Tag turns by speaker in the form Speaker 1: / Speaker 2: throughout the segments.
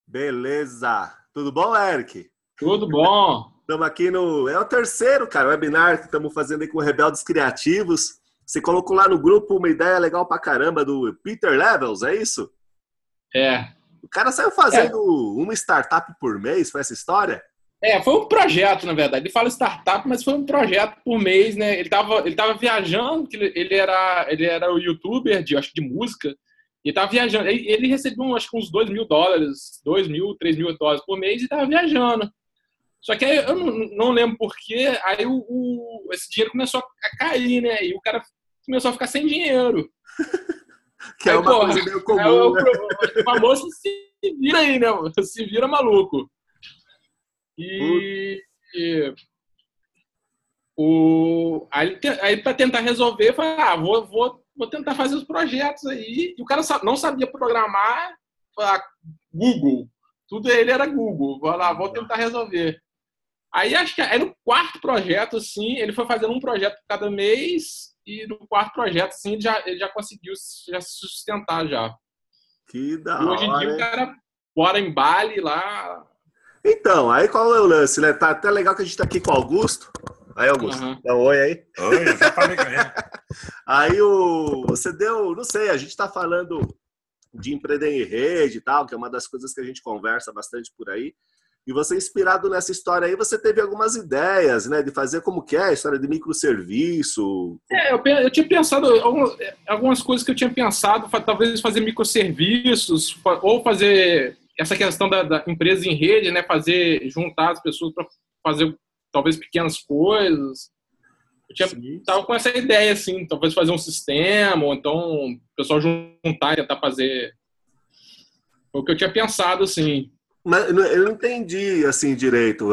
Speaker 1: Beleza. Tudo bom, Eric?
Speaker 2: Tudo bom?
Speaker 1: Estamos aqui no... É o terceiro, cara, webinar que estamos fazendo aí com Rebeldes Criativos. Você colocou lá no grupo uma ideia legal pra caramba do Peter Levels, é isso?
Speaker 2: É.
Speaker 1: O cara saiu
Speaker 2: É,
Speaker 1: fazendo uma startup por mês, foi essa história?
Speaker 2: foi um projeto, na verdade. Ele fala startup, mas foi um projeto por mês, né? Ele tava viajando, que ele era o youtuber acho que de música, e tava viajando. Ele recebeu, acho que uns $2.000, 2.000, $3.000 por mês e tava viajando. Só que aí eu não lembro por quê, aí esse dinheiro começou a cair, né? E o cara começou a ficar sem dinheiro.
Speaker 1: Que é
Speaker 2: Aí,
Speaker 1: uma
Speaker 2: porra,
Speaker 1: coisa meio
Speaker 2: aí
Speaker 1: comum, né?
Speaker 2: o famoso se vira aí, né? Se vira maluco.
Speaker 1: Putz.
Speaker 2: E, e aí para tentar resolver, eu falei, vou tentar fazer os projetos aí. E o cara não sabia programar, Google. Tudo ele era Google. Vou tentar resolver. Aí acho que aí no quarto projeto, assim, ele foi fazendo um projeto cada mês, e no quarto projeto, assim, ele já conseguiu já se sustentar já.
Speaker 1: Que
Speaker 2: E
Speaker 1: da
Speaker 2: hoje em dia o
Speaker 1: hora, hein?
Speaker 2: cara mora em Bali lá.
Speaker 1: Então, aí qual é o lance, né? Tá até legal que a gente tá aqui com o Augusto. Aí, Augusto,
Speaker 2: Uhum.
Speaker 1: dá um oi aí.
Speaker 3: Oi, eu já falei com ele.
Speaker 1: Aí você deu, não sei, a gente tá falando de empreender em rede e tal, que é uma das coisas que a gente conversa bastante por aí. E você, inspirado nessa história aí, você teve algumas ideias, né? De fazer como que é a história de microserviço.
Speaker 2: Eu tinha pensado algumas coisas que eu tinha pensado, talvez fazer microserviços, ou fazer essa questão da empresa em rede, né? Juntar as pessoas para fazer talvez pequenas coisas.
Speaker 1: Sim.
Speaker 2: Tava com essa ideia, assim, talvez fazer um sistema, ou então o pessoal juntar e tentar fazer. Foi o que eu tinha pensado, assim.
Speaker 1: Mas eu não entendi, assim, direito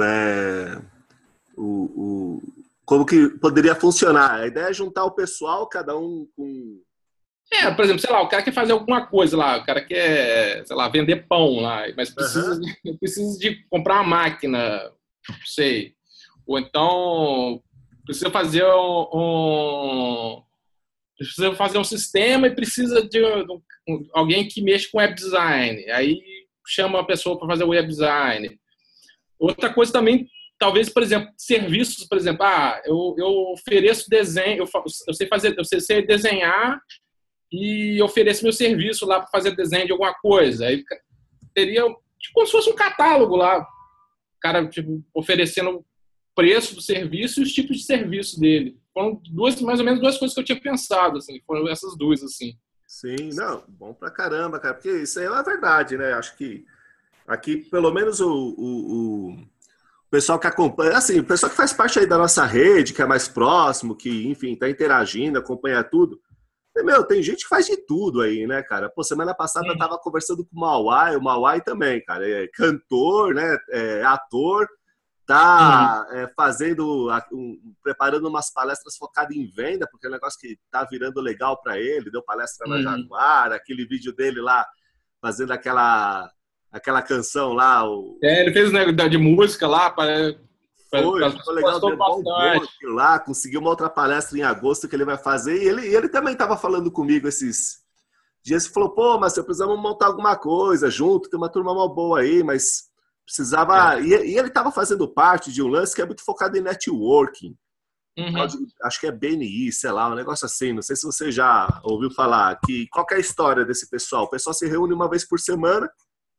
Speaker 1: como que poderia funcionar. A ideia é juntar o pessoal, cada um com...
Speaker 2: Por exemplo, sei lá, o cara quer fazer alguma coisa lá, o cara quer, sei lá, vender pão lá, mas precisa,
Speaker 1: Uhum.
Speaker 2: precisa de comprar uma máquina, não sei. Ou então precisa fazer precisa fazer um sistema e precisa de alguém que mexa com web design. Aí chama a pessoa para fazer o web design. Outra coisa também, talvez, por exemplo, serviços, por exemplo, eu ofereço desenho, eu sei desenhar e ofereço meu serviço lá para fazer desenho de alguma coisa. Aí teria tipo, como se fosse um catálogo lá, o cara tipo, oferecendo o preço do serviço e os tipos de serviço dele. Foram mais ou menos duas coisas que eu tinha pensado, assim, foram essas duas, assim.
Speaker 1: Sim, não, bom pra caramba, cara, porque isso aí é uma verdade, né? Acho que aqui, pelo menos o pessoal que acompanha, assim, o pessoal que faz parte aí da nossa rede, que é mais próximo, que, enfim, tá interagindo, acompanha tudo. Tem gente que faz de tudo aí, né, cara? Pô, semana passada eu tava conversando com o Mauai também, cara, é cantor, né, é ator,
Speaker 2: Uhum.
Speaker 1: tá preparando umas palestras focadas em venda, porque é um negócio que tá virando legal para ele, deu palestra na
Speaker 2: Uhum.
Speaker 1: Jaguar, aquele vídeo dele lá, fazendo aquela canção lá,
Speaker 2: Ele fez um negócio de música lá,
Speaker 1: ficou legal,
Speaker 2: postou
Speaker 1: bombou
Speaker 2: bastante.
Speaker 1: aquilo lá, conseguiu uma outra palestra em agosto que ele vai fazer, e ele também estava falando comigo esses dias, e falou, pô, mas precisamos montar alguma coisa junto, tem uma turma mal boa aí, mas precisava... E ele estava fazendo parte de um lance que é muito focado em networking,
Speaker 2: Uhum.
Speaker 1: acho que é BNI, sei lá, um negócio assim, não sei se você já ouviu falar, que qual que é a história desse pessoal? O pessoal se reúne uma vez por semana,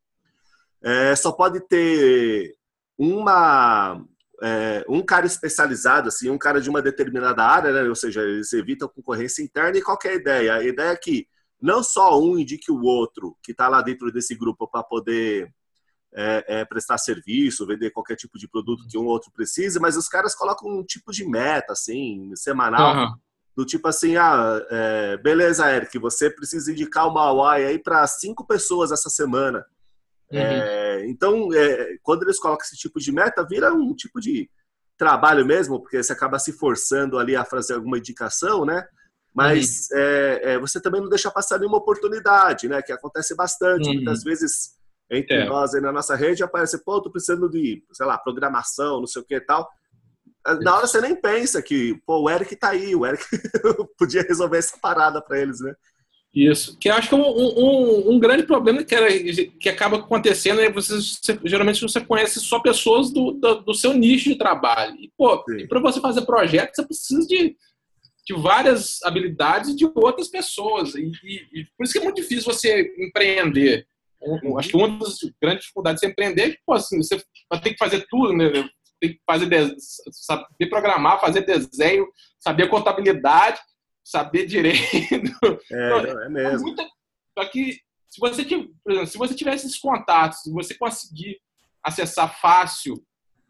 Speaker 1: só pode ter uma um cara especializado, assim, um cara de uma determinada área, né? Ou seja, eles evitam concorrência interna. E qual que é a ideia? A ideia é que não só um indique o outro que está lá dentro desse grupo para poder prestar serviço, vender qualquer tipo de produto que um ou outro precise, mas os caras colocam um tipo de meta, assim, semanal,
Speaker 2: Uhum.
Speaker 1: do tipo assim, beleza, Eric, você precisa indicar uma UI aí para 5 pessoas essa semana.
Speaker 2: Uhum.
Speaker 1: Então, quando eles colocam esse tipo de meta, vira um tipo de trabalho mesmo, porque você acaba se forçando ali a fazer alguma indicação, né?
Speaker 2: Uhum.
Speaker 1: Mas você também não deixa passar nenhuma oportunidade, né? Que acontece bastante. Muitas
Speaker 2: Uhum.
Speaker 1: vezes, entre
Speaker 2: É.
Speaker 1: nós aí na nossa rede, aparece, pô, tô precisando de, sei lá, programação, não sei o que e tal. Na hora você nem pensa que, pô, o Eric tá aí, o Eric podia resolver essa parada para eles, né?
Speaker 2: Isso. Que eu acho que é um grande problema que acaba acontecendo é geralmente você conhece só pessoas do seu nicho de trabalho. E, pô,
Speaker 1: Sim.
Speaker 2: para você fazer projeto, você precisa de várias habilidades de outras pessoas. E por isso que é muito difícil você empreender. Acho que uma das grandes dificuldades de você empreender é que, pô, assim, você vai ter que fazer tudo, né? Tem que saber programar, fazer desenho, saber contabilidade, saber direito. Então,
Speaker 1: Não, é mesmo.
Speaker 2: só que se você, por exemplo, se você tivesse esses contatos, se você conseguir acessar fácil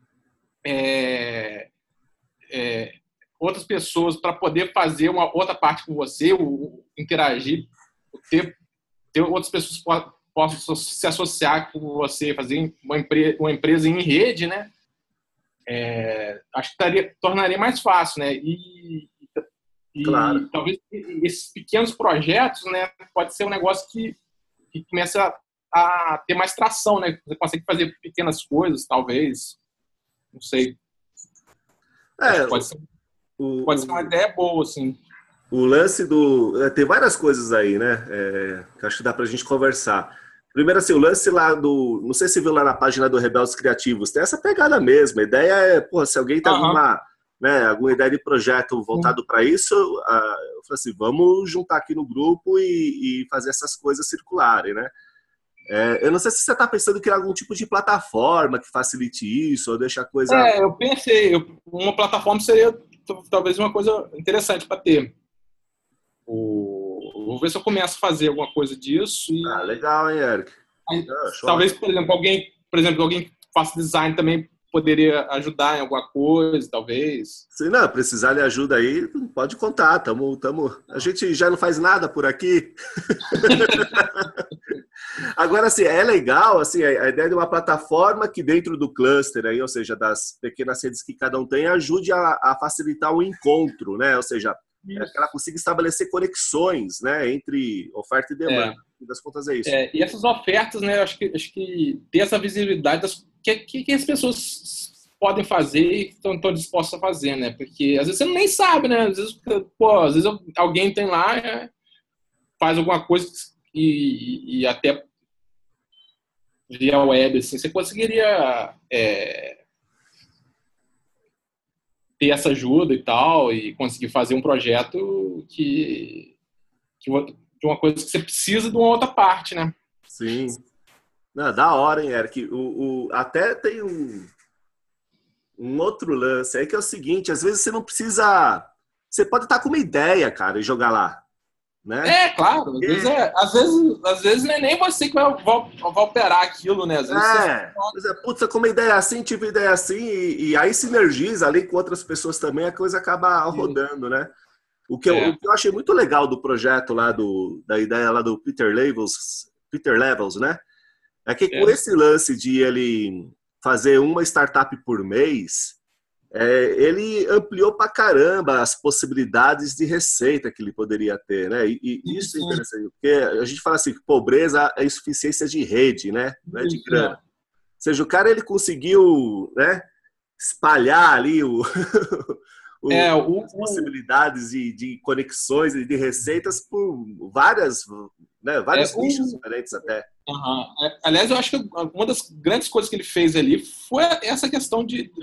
Speaker 2: é, é, outras pessoas para poder fazer uma outra parte com você, interagir, ter outras pessoas que possam se associar com você, fazer uma empresa em rede, né? Acho que tornaria mais fácil, né?
Speaker 1: Claro.
Speaker 2: E talvez esses pequenos projetos, né, pode ser um negócio que começa a ter mais tração, né? Você consegue fazer pequenas coisas, talvez. Não sei. Acho
Speaker 1: É,
Speaker 2: que pode ser uma ideia boa, assim.
Speaker 1: o lance do. Tem várias coisas aí, né? Que acho que dá pra gente conversar. Primeiro, assim, o lance lá do. Não sei se viu lá na página do Rebeldes Criativos, tem essa pegada mesmo. A ideia é, pô, se alguém tem
Speaker 2: Aham.
Speaker 1: alguma ideia de projeto voltado para isso, eu falo assim, vamos juntar aqui no grupo e fazer essas coisas circularem, né? Eu não sei se você está pensando em criar algum tipo de plataforma que facilite isso, ou deixar a coisa.
Speaker 2: Eu pensei, uma plataforma seria talvez uma coisa interessante para ter. Vou ver se eu começo a fazer alguma coisa disso
Speaker 1: Ah,
Speaker 2: e
Speaker 1: legal, hein, Eric?
Speaker 2: aí,
Speaker 1: Show.
Speaker 2: talvez, por exemplo, alguém que faça design também poderia ajudar em alguma coisa, talvez.
Speaker 1: Se não precisar de ajuda aí, pode contar. A gente já não faz nada por aqui. Agora, assim, é legal assim, a ideia de uma plataforma que dentro do cluster, aí, ou seja, das pequenas redes que cada um tem, ajude a facilitar o encontro, né? Ou seja, que ela
Speaker 2: Isso.
Speaker 1: consiga estabelecer conexões, né, entre oferta e demanda.
Speaker 2: É,
Speaker 1: No fim das contas é isso.
Speaker 2: e essas ofertas, né, acho que ter essa visibilidade que as pessoas podem fazer e estão dispostas a fazer, né? Porque às vezes você nem sabe, né? Às vezes, pô, às vezes alguém tem lá, faz alguma coisa e até via web, assim, você conseguiria ter essa ajuda e tal, e conseguir fazer um projeto de uma coisa que você precisa de uma outra parte, né?
Speaker 1: Sim. Não, da hora, hein, Eric? Até tem um outro lance aí que é o seguinte, às vezes você não precisa. Você pode estar com uma ideia, cara, e jogar lá, né?
Speaker 2: Claro, às vezes não é nem você que vai operar aquilo, né? Às vezes você
Speaker 1: Pois é, putz, com uma ideia assim, tive ideia assim, e aí sinergiza ali com outras pessoas também, a coisa acaba rodando, né? O que eu achei muito legal do projeto lá, da ideia lá do Peter Levels, né? É que com
Speaker 2: é,
Speaker 1: esse lance de ele fazer uma startup por mês, ele ampliou pra caramba as possibilidades de receita que ele poderia ter, né? E isso é
Speaker 2: sim,
Speaker 1: interessante, porque a gente fala assim, que pobreza é insuficiência de rede, né? Não é de
Speaker 2: isso,
Speaker 1: grana. Ou seja, o cara ele conseguiu, né, espalhar ali as
Speaker 2: o,
Speaker 1: possibilidades de conexões e de receitas por
Speaker 2: é,
Speaker 1: vários nichos
Speaker 2: o,
Speaker 1: diferentes até.
Speaker 2: aham. Aliás, eu acho que uma das grandes coisas que ele fez ali foi essa questão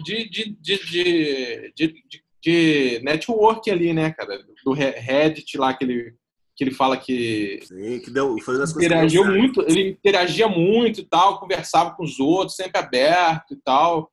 Speaker 2: de network ali, né, cara? Do Reddit lá que ele fala que
Speaker 1: Sim, foi uma das coisas que deu certo.
Speaker 2: ele interagia muito e tal, conversava com os outros, sempre aberto e tal.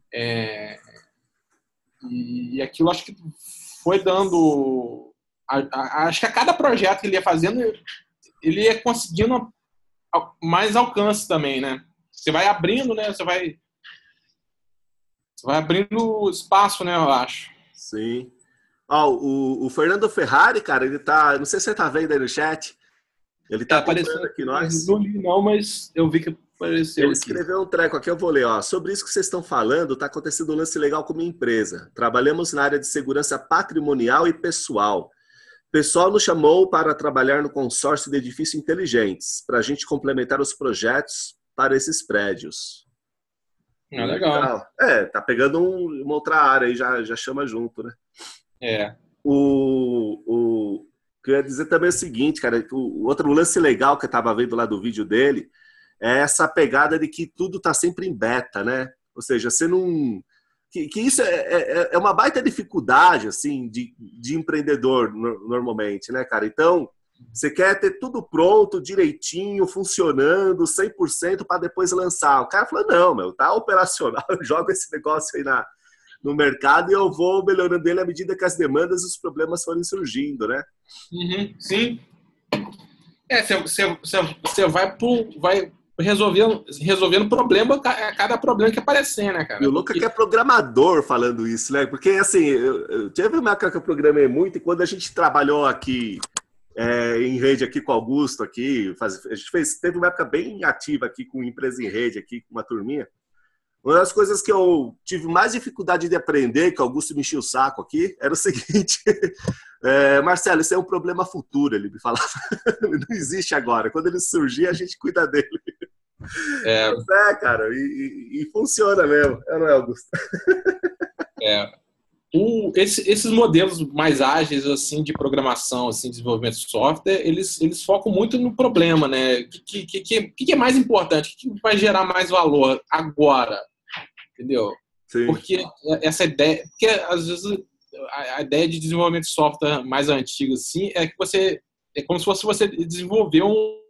Speaker 2: E aquilo acho que foi dando. Acho que a cada projeto que ele ia fazendo, ele ia conseguindo mais alcance também, né? Você vai abrindo, né? Você vai abrindo espaço, né? Eu acho.
Speaker 1: Sim. O Fernando Ferrari, cara, ele tá. Não sei se você tá vendo aí no chat. Ele tá acompanhando
Speaker 2: Apareceu
Speaker 1: aqui
Speaker 2: aqui,
Speaker 1: nós.
Speaker 2: não li não, mas eu vi que apareceu
Speaker 1: Ele
Speaker 2: aqui.
Speaker 1: escreveu um treco aqui, eu vou ler. Ó. Sobre isso que vocês estão falando, está acontecendo um lance legal com a minha empresa. Trabalhamos na área de segurança patrimonial e pessoal. O pessoal nos chamou para trabalhar no consórcio de edifícios inteligentes, para a gente complementar os projetos para esses prédios.
Speaker 2: Legal.
Speaker 1: Legal. Tá pegando uma outra área aí, já chama junto, né?
Speaker 2: É.
Speaker 1: O, que eu ia dizer também é o seguinte, cara, o outro lance legal que eu tava vendo lá do vídeo dele é essa pegada de que tudo tá sempre em beta, né? Ou seja, você não... Que isso é uma baita dificuldade, assim, de empreendedor, normalmente, né, cara? Então, você quer ter tudo pronto, direitinho, funcionando, 100% para depois lançar. O cara falou, não, meu, tá operacional, eu jogo esse negócio aí no mercado e eu vou melhorando ele à medida que as demandas e os problemas forem surgindo, né?
Speaker 2: Uhum, sim. Você vai resolvendo problema, cada problema que aparecer, né,
Speaker 1: E
Speaker 2: cara?
Speaker 1: o Luca que é programador falando isso, né? Porque, assim, eu tive uma época que eu programei muito e quando a gente trabalhou aqui em rede aqui com o Augusto, aqui, a gente teve uma época bem ativa aqui com empresa em rede, aqui com uma turminha. Uma das coisas que eu tive mais dificuldade de aprender, que o Augusto me enchia o saco aqui, era o seguinte: Marcelo, isso é um problema futuro, ele me falava. Não existe agora. Quando ele surgir, a gente cuida dele.
Speaker 2: É,
Speaker 1: Mas cara, e funciona mesmo. Não é, Augusto?
Speaker 2: é. Esses modelos mais ágeis assim de programação, assim, desenvolvimento de software, eles focam muito no problema, né? O que é mais importante? O que vai gerar mais valor agora? Entendeu?
Speaker 1: Sim.
Speaker 2: Porque essa ideia, porque às vezes a ideia de desenvolvimento de software mais antigo assim é que é como se fosse você desenvolver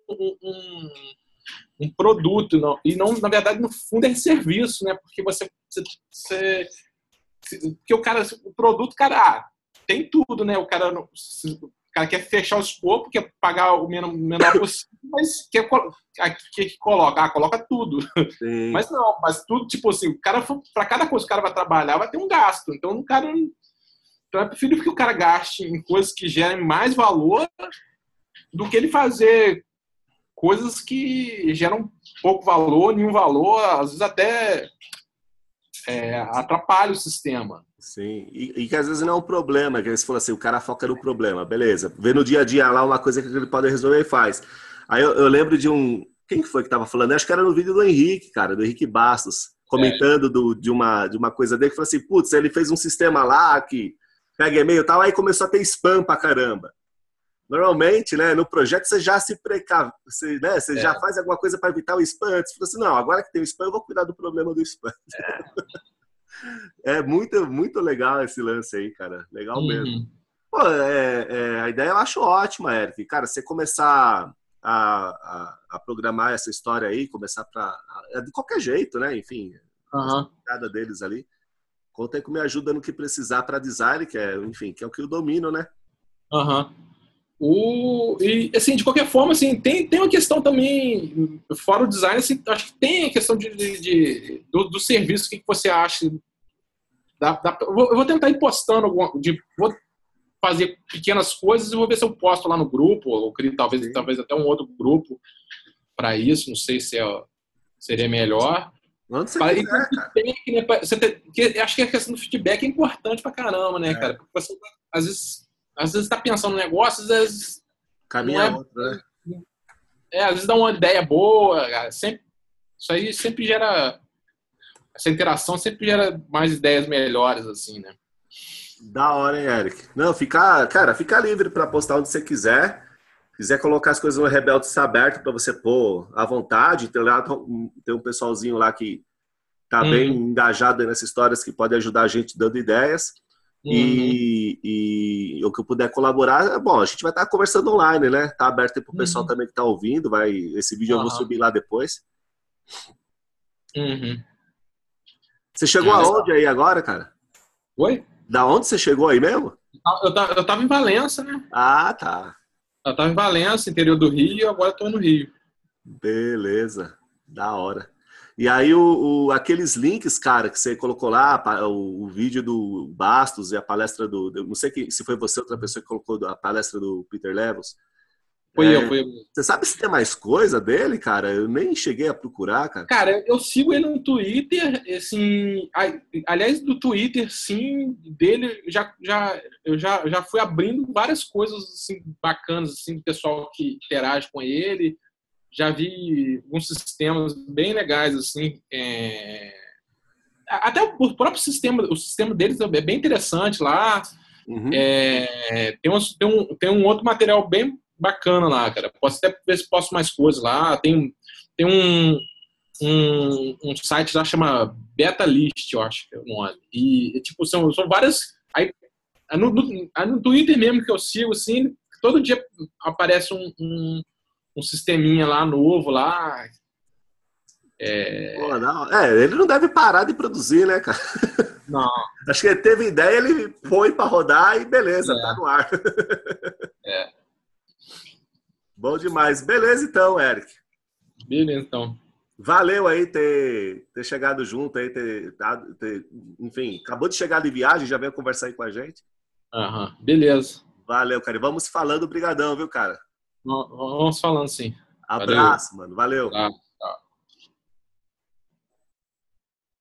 Speaker 2: um produto, não, e não, na verdade, no fundo é serviço, né? Porque porque o produto, cara, tem tudo, né? O cara quer fechar o escopo, quer pagar o menor possível, mas que coloca? Coloca tudo.
Speaker 1: Sim.
Speaker 2: Mas não, mas tudo, tipo assim, o cara, para cada coisa que o cara vai trabalhar, vai ter um gasto. Então, o cara, então é preferível que o cara gaste em coisas que gerem mais valor do que ele fazer coisas que geram pouco valor, nenhum valor, às vezes até atrapalha o sistema.
Speaker 1: Sim, e que às vezes não é um problema, que eles falam assim, o cara foca no problema, beleza, vê no dia a dia lá uma coisa que ele pode resolver e faz. Aí eu lembro de quem foi que tava falando? Acho que era no vídeo do Henrique, cara, do Henrique Bastos, comentando de uma coisa dele, que falou assim, putz, ele fez um sistema lá que pega e-mail e tal, aí começou a ter spam pra caramba. Normalmente, né, no projeto você já se precave, você já faz alguma coisa para evitar o spam antes. Você fala assim, não, agora que tem o spam, eu vou cuidar do problema do spam. É muito, muito legal esse lance aí, cara. Legal mesmo. Pô, a ideia eu acho ótima, Eric. Cara, você começar a programar essa história aí, começar de qualquer jeito, né? Enfim, cada deles ali. Conta aí que me ajuda no que precisar para design, enfim, que é o que eu domino, né?
Speaker 2: E assim, de qualquer forma, assim, tem uma questão também, fora o design, assim, acho que tem a questão do serviço. O que você acha? Eu vou tentar ir postando vou fazer pequenas coisas e vou ver se eu posto lá no grupo, ou crio talvez até um outro grupo para isso, não sei se seria melhor.
Speaker 1: Onde você quiser, cara.
Speaker 2: Acho que a questão do feedback é importante pra caramba, né, cara? Porque você, às vezes tá pensando no negócio, às vezes
Speaker 1: caminha outra, né?
Speaker 2: Às vezes dá uma ideia boa, cara. Isso aí sempre gera... Essa interação sempre gera mais ideias melhores, assim, né?
Speaker 1: Da hora, hein, Eric? Não, fica livre para postar onde você quiser. Quiser colocar as coisas no Rebeldes aberto para você pôr à vontade. Tem um pessoalzinho lá que tá bem engajado nessas histórias que pode ajudar a gente dando ideias. E o que eu puder colaborar, bom, a gente vai estar conversando online, né? Tá aberto aí pro pessoal também que tá ouvindo. Esse vídeo eu vou subir lá depois. Você chegou aonde aí agora, cara?
Speaker 2: Oi?
Speaker 1: Da onde você chegou aí mesmo?
Speaker 2: Eu tava em Valença, né?
Speaker 1: Ah, tá.
Speaker 2: Eu tava em Valença, interior do Rio, agora eu tô no Rio.
Speaker 1: Beleza, da hora. E aí, aqueles links, cara, que você colocou lá, o vídeo do Bastos e a palestra não sei se foi você ou outra pessoa que colocou a palestra do Peter Levels.
Speaker 2: Foi eu.
Speaker 1: Você sabe se tem mais coisa dele, cara? Eu nem cheguei a procurar, cara.
Speaker 2: Cara, eu sigo ele no Twitter, assim... Aliás, do Twitter, sim, dele, eu já fui abrindo várias coisas, assim, bacanas, assim, do pessoal que interage com ele. Já vi alguns sistemas bem legais, assim. Até o próprio sistema, o sistema deles é bem interessante lá.
Speaker 1: Uhum.
Speaker 2: Tem um outro material bem bacana lá, cara. Posso até ver se posto mais coisas lá. Tem um site lá chama Beta List, eu acho que é o nome. E tipo, são várias. Aí, no Twitter mesmo que eu sigo, assim, todo dia aparece um sisteminha lá novo lá.
Speaker 1: Pô, não. Ele não deve parar de produzir, né, cara?
Speaker 2: Não,
Speaker 1: Acho que ele teve ideia, ele põe para rodar e beleza, tá
Speaker 2: é,
Speaker 1: no ar.
Speaker 2: é.
Speaker 1: Bom demais. Beleza, então, Eric.
Speaker 2: Beleza, então.
Speaker 1: Valeu aí ter chegado junto aí, enfim, acabou de chegar de viagem, já veio conversar aí com a gente.
Speaker 2: Aham, beleza.
Speaker 1: Valeu, cara. E vamos falando, brigadão, viu, cara?
Speaker 2: Vamos falando, sim. Valeu.
Speaker 1: Abraço, mano. Valeu.
Speaker 2: Tá.